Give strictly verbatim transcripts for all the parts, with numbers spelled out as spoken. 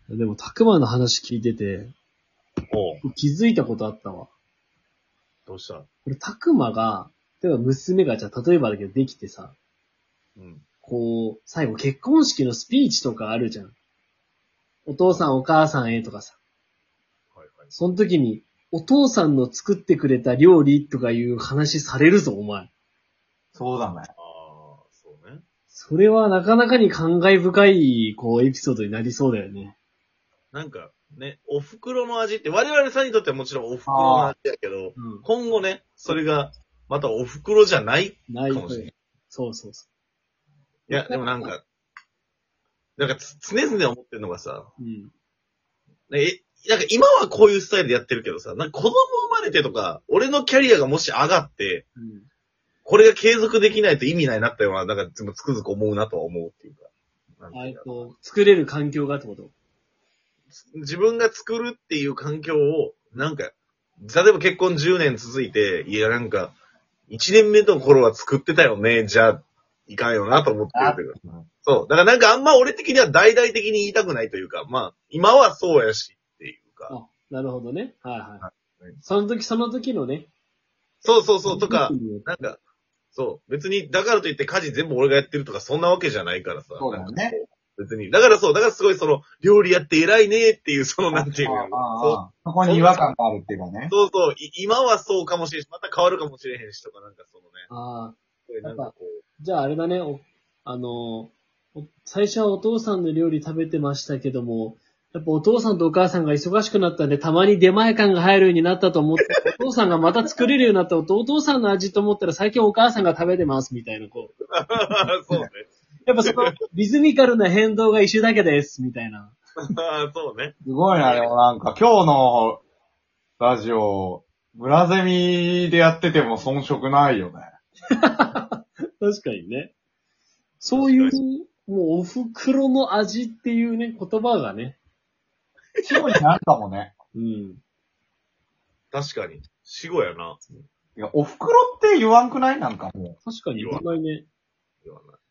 でも、たくまの話聞いてて、 おう。 気づいたことあったわ。 どうした？ これ、たくまが、例えば娘がじゃあ、例えばだけどできてさ、 うん。 こう、最後結婚式のスピーチとかあるじゃん。お父さんお母さんへとかさ。 はいはい。 その時に、お父さんの作ってくれた料理とかいう話されるぞ、お前。 そうだね。 ああ、そうね。 それはなかなかに感慨深い、こう、エピソードになりそうだよね。 なんか、ね、お袋の味って、我々さんにとってはもちろんお袋の味やけど、 うん。 今後ね、それが、またお袋じゃないないかもしれない。 そうそうそいや、でもなんか、なんかつ常々思ってるのがさ、 う。うん。 え、なんか今はこういうスタイルでやってるけどさ、なんか子供生まれてとか、俺のキャリアがもし上がって、 うん。 これが継続できないと意味ないなったような、なんかつくづく思うなとは思うっていうか。なんてあえっいうかと、作れる環境がってこと？ 自分が作るっていう環境を、なんか、例えば結婚じゅうねん続いて、いやなんか、いちねんめの頃は作ってたよね、じゃあ、いかんよなと思ってるというか。そう。だからなんかあんま俺的には大々的に言いたくないというか、まあ、今はそうやしっていうか。 あ、なるほどね。はいはい。 はいその時その時のね。 そうそうそう、とか時によっ、てなんか、そう。別に、だからといって家事全部俺がやってるとか、そんなわけじゃないからさ。 そうだよねなんかこう別に。だからそう、だからすごいその、料理やって偉いねっていう、その、なんていうの。 ああそうああそこに違和感があるっていうかね。 そうそう、い今はそうかもしれんし、また変わるかもしれへんしとか、なんかそのね。 ああ、 なんかこじゃああれだね。おあの、お最初はお父さんの料理食べてましたけども、やっぱお父さんとお母さんが忙しくなったんで、たまに出前感が入るようになったと思って、お父さんがまた作れるようになったお父さんの味と思ったら最近お母さんが食べてますみたいな、こう。 う。そうね。 やっぱそのリズミカルな変動が一緒だけです、みたいな。 そうね。 すごいな、でもなんか今日のラジオ、村ゼミでやってても遜色ないよね。 確かにね。そういう、もうお袋の味っていうね、言葉がね。 死後になるかもね。 うん。 確かに。死後やな。 いや、お袋って言わんくないなんかも確かに言わないね。 言わない。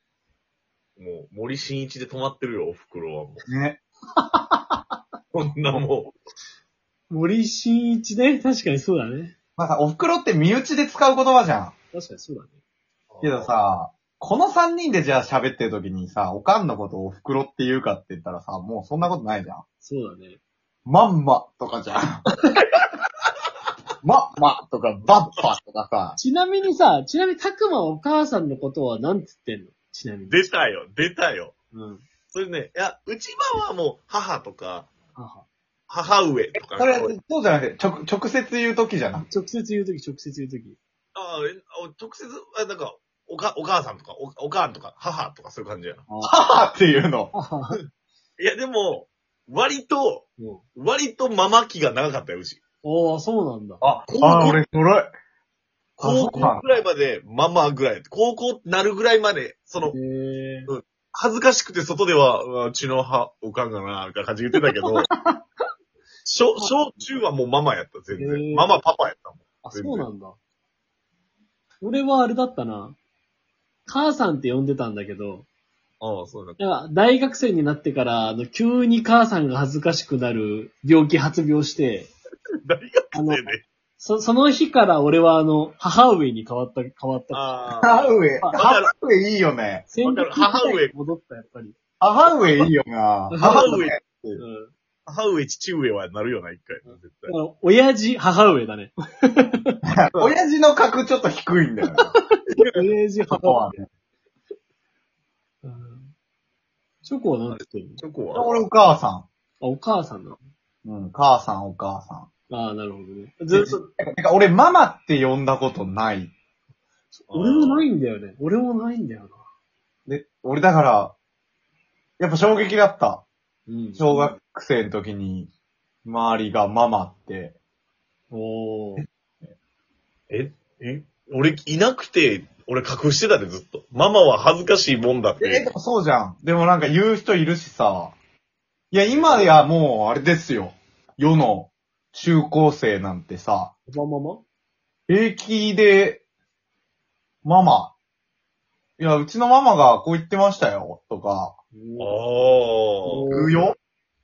もう、森進一で止まってるよ、お袋はもう。ね。 う。こんなも森進一ね。確かにそうだね。 まあさ、お袋って身内で使う言葉じゃん。 確かにそうだね。 う。 けどさ、この三人でじゃあ喋ってる時にさ、おかんのことをお袋って言うかって言ったらさ、もうそんなことないじゃん。 そうだね。 まんまとかじゃん。ま、まとか、ばっぱとかさ。 ちなみにさ、ちなみにたくまお母さんのことは何つってんの？ちなみに。 出たよ、出たよ。 うん。 それね、いや、うちばはもう、母とか、 母。 母上とか。 それ、そうじゃなくて、直、直接言う時じゃなくて。 直接言うとき、直接言うとき。 ああ、えあ直接、あなんか、おか、お母さんとか、お、おかんとか、母とかそういう感じやな。 母っていうの。 母。 いや、でも、割と、 うん。 割とママ期が長かったよ、うち。 おー、そうなんだ。 あ、 高校あ、俺、それ。 高校ぐらいまで、ママぐらい。高校なるぐらいまで、その、 へー。 恥ずかしくて外では、うわうちの母、おかんがな、みたいな感じで言ってたけど、小、小中はもうママやった、全へ然。 ーママ、パパやったもん。 あ、 全然そうなんだ。俺はあれだったな。母さんって呼んでたんだけど、 ああ、そうだ。 いや大学生になってから、あの、急に母さんが恥ずかしくなる病気発病して、 大学生で。 そ、その日から俺はあの、母上に変わった、変わった。 ああ。 母上。 あ母上いいよね。 戦略母上戻った、やっぱり。 母上いいよな。 母上。 うん。 母上、父上はなるよな、一回。絶対。 あの親父、母上だね。 親父の格ちょっと低いんだよね。 親父、母そこは上。うんチョコは何て言ってんの？ そこは。 俺お母さあ、お母さんなの？ ん。うん、母さんお母さああ、なるほどね。ずっと、 ん。てか俺ママって呼んだことない。 俺もないんだよね。俺もないんだよな。 で、俺だから、やっぱ衝撃だった。 うん。 小学生の時に、周りがママって。 おー。 え、え、俺、いなくて、俺隠してたで、ずっと。ママは恥ずかしいもんだっえ、でて。 もそうじゃん。でもなんか言う人いるしさ。いや、今やもう、あれですよ。世の中高生なんてさ、 おばまま平気で、ママ。いや、うちのママがこう言ってましたよ、とか、 ああ。 言うよ。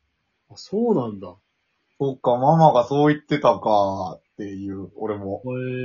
あ、そうなんだ。 そっか、ママがそう言ってたか、っていう、俺も。 へえ。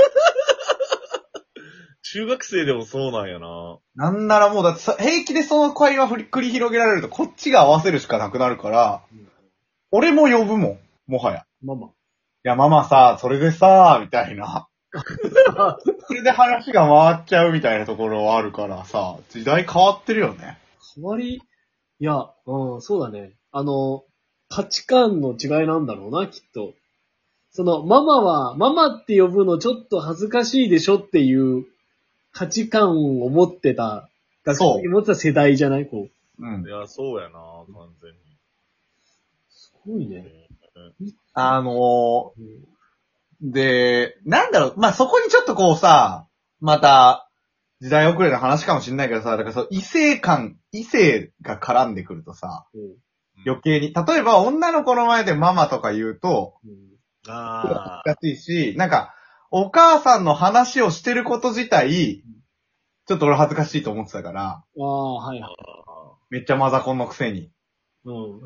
中学生でもそうなんやな。 なんならもうだってさ、平気でその会話振り繰り広げられると、こっちが合わせるしかなくなるから、俺も呼ぶもん、もはや。 ママ。 いや、ママさ、それでさ、みたいな。それで話が回っちゃうみたいなところはあるからさ、時代変わってるよね。 変わり、いや、うん、そうだね。あの、価値観の違いなんだろうな、きっと。その、ママは、ママって呼ぶのちょっと恥ずかしいでしょっていう価値観を持ってた、学生に持ってた世代じゃないこう。 うんい。や、そうやな、完全に。 すごいね。 あのうんー、で、なんだろう、まあ、そこにちょっとこうさ、また、時代遅れの話かもしれないけどさ、だからそう、異性感、異性が絡んでくるとさ、 うん余計に、例えば女の子の前でママとか言うと、 うんああ。 難しいし、なんか、お母さんの話をしてること自体、ちょっと俺恥ずかしいと思ってたから、 ああ、はいはい。 めっちゃマザコンのくせに。 うん。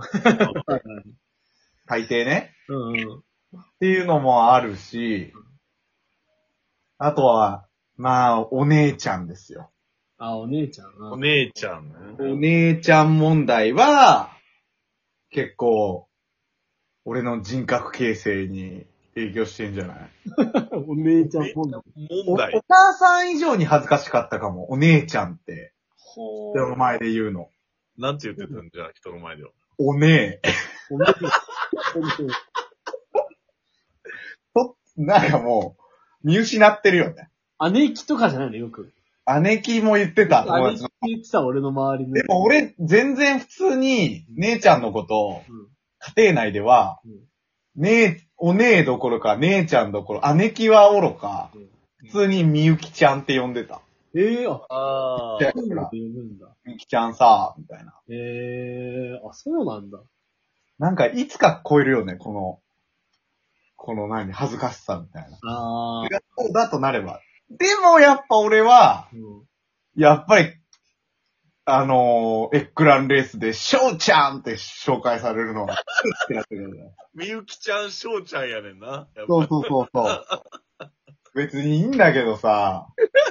大抵ね。 うんうん。 っていうのもあるし、あとは、まあ、お姉ちゃんですよ。 あ、お姉ちゃん。 お姉ちゃんね。 お姉ちゃん問題は、結構、俺の人格形成に影響してんじゃない？ お姉ちゃん今度。 お、お問題。 母さん以上に恥ずかしかったかも。お姉ちゃんって、 ほ人の前で言うの。 なんて言ってたんじゃあ、人の前では。 お姉。 お姉ちゃん。 と、なんかもう、見失ってるよね。 姉貴とかじゃないのよく。 姉貴も言ってた、友姉貴って達の。 言ってた俺の周りの。 でも俺、全然普通に、姉ちゃんのこと、 うん家庭内では、 うん姉、お姉どころか、姉ちゃんどころ、姉貴はおろか、 うん普通にみゆきちゃんって呼んでた。 ええー、あ、 あじゃあそういうのって呼ぶんだ。 みゆきちゃんさ、みたいな。 ええー、あ、そうなんだ。 なんか、いつか超えるよね、この、この何、恥ずかしさみたいな。 ああ、 そうだとなれば。でもやっぱ俺は、 うん。 やっぱり、あのー、エッグランレースで、しょうちゃんって紹介されるのが、好きなってるよね。 みゆきちゃん、しょうちゃんやねんな。やっぱそうそうそうそう。別にいいんだけどさ、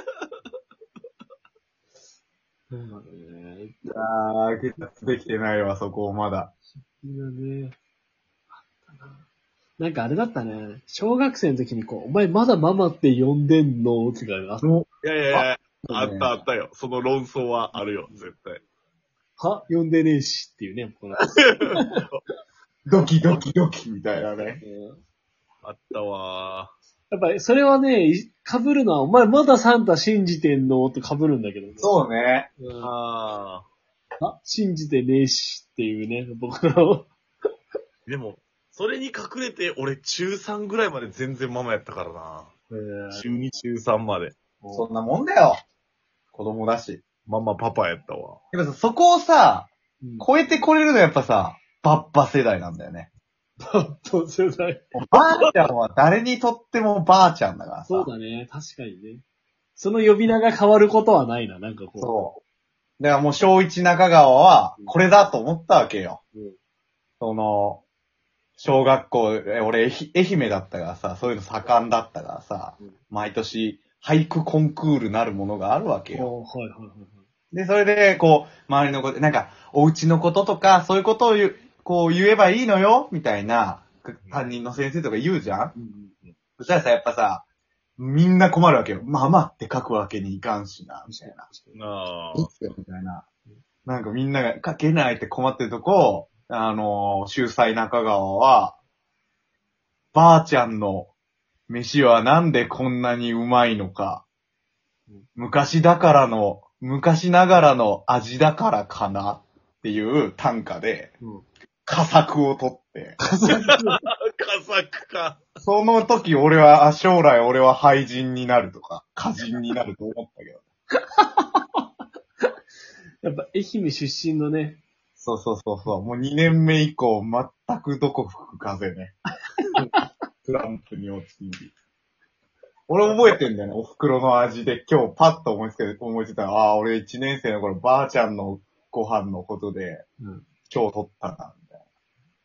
そうなのね。 あー、結達できてないわ、そこをまだ。 いいよね。あったな。なんかあれだったね。小学生の時にこう、お前まだママって呼んでんのとかあった。 の、 いやいやいや、 ああったあったよ。その論争はあるよ、絶対。 は呼んでねえしっていうね。このドキドキドキみたいなね。 あったわやっぱりそれはね、い被るのは、お前まだサンタ信じてんのって被るんだけどね。 そうね。 う。ん。 ああ、信じてねえしっていうね、僕の。 ー。でも、それに隠れて、俺中さんぐらいまで全然ママやったからな。 え中に、中さんまで。 そんなもんだよ。子供だし。 ママ、パパやったわ。 でもさ、そこをさ、 うん。 超えてこれるのはやっぱさ、バッパ世代なんだよね。 と世代。 ばあちゃんは誰にとってもばあちゃんだからさ。 そうだね。確かにね。その呼び名が変わることはないな、なんかこう。 そう。だからもう小一中川は、これだと思ったわけよ。 うんその、小学校、え俺、愛媛だったからさ、そういうの盛んだったからさ、 うん毎年、俳句コンクールなるものがあるわけよ。 おはいはいはいはい。 で、それで、こう、周りのこと、なんか、お家のこととか、そういうことを言う、こう言えばいいのよみたいな、担任の先生とか言うじゃん、 うんうんうん。 そしたらさ、やっぱさ、みんな困るわけよ。ママって書くわけにいかんしな、みたいな。 あいいっすよみたいな。なんかみんなが書けないって困ってるとこ、あのー、秀才中川は、ばあちゃんの飯はなんでこんなにうまいのか。昔だからの、昔ながらの味だからかなっていう短歌で、 うん。 佳作を取って、 あ。佳作か。 その時俺は、あ将来俺は俳人になるとか、歌人になると思ったけど。 やっぱ愛媛出身のね、 そうそうそうそう。もうにねんめ以降、全くどこ吹く風ね。トランプに落ちて。俺覚えてんだよね。お袋の味で今日パッと思いつけて、思いついたら、ああ、俺いちねん生の頃ばあちゃんのご飯のことで、 うん。 今日取ったな、みたい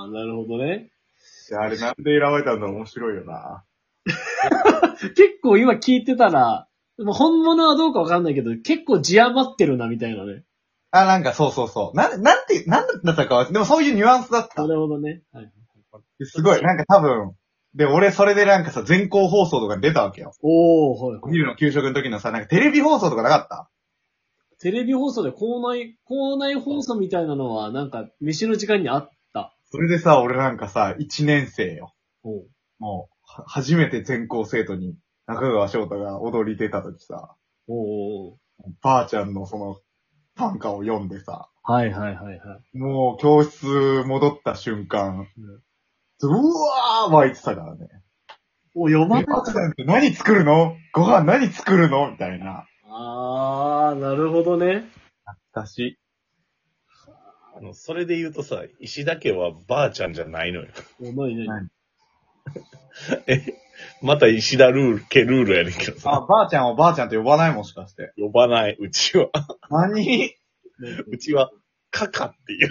ああ、なるほどね。 いやあれなんで選ばれたんだ面白いよな。 結構今聞いてたら、でも本物はどうかわかんないけど、結構字余ってるな、みたいなね。 あ、なんかそうそうそう。なん、なんて、なんだったかは、でもそういうニュアンスだったな。るほどね。はい。 すごい、なんか多分、で、俺それでなんかさ、全校放送とかに出たわけよ。 おー、はい、はい。 お昼の給食の時のさ、なんかテレビ放送とかなかったテレビ放送で校内、校内放送みたいなのは、なんか、飯の時間にあった。 それでさ、俺なんかさ、一年生よ。 おう。 もう、は初めて全校生徒に中川翔太が踊り出た時さ、 おうおう。 ばあちゃんのその短歌を読んでさ、 はいはいはいはい。 もう教室戻った瞬間、うわー湧いてたからね。 お、読まえ、 ればあちゃんって何作るのご飯何作るのみたいな。 あー、なるほどね。 私。 あの、それで言うとさ、石田家はばあちゃんじゃないのよ。 お、なになにえ、また石田ルール、家ルールやねんけどあ、 さ。 ばあちゃんをばあちゃんと呼ばないもしかして。 呼ばない、うちは。 何うちは、カカっていう。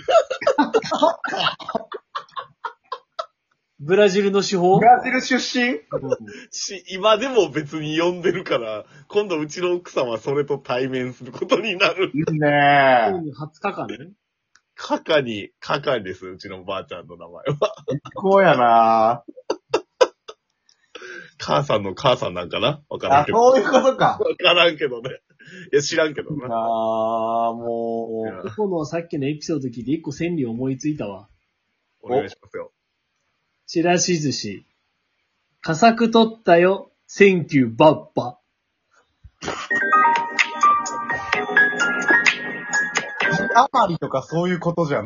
ブラジルの手法ブラジル出身し、今でも別に呼んでるから、今度うちの奥さんはそれと対面することになる。 いいねー。 初日間ね。 カカに、カカです、うちのばあちゃんの名前は。 こうやな母さんの母さんなんかなわかー。あ、 らんけど。 そういうことか。 わからんけどね。いや、知らんけどな。 あー、もう。 このさっきのエピソード聞いて一個千里思いついたわ。 お願いしますよ。 ちらし寿司。佳作取ったよ。センキューバッバ。 あまりとかそういうことじゃん。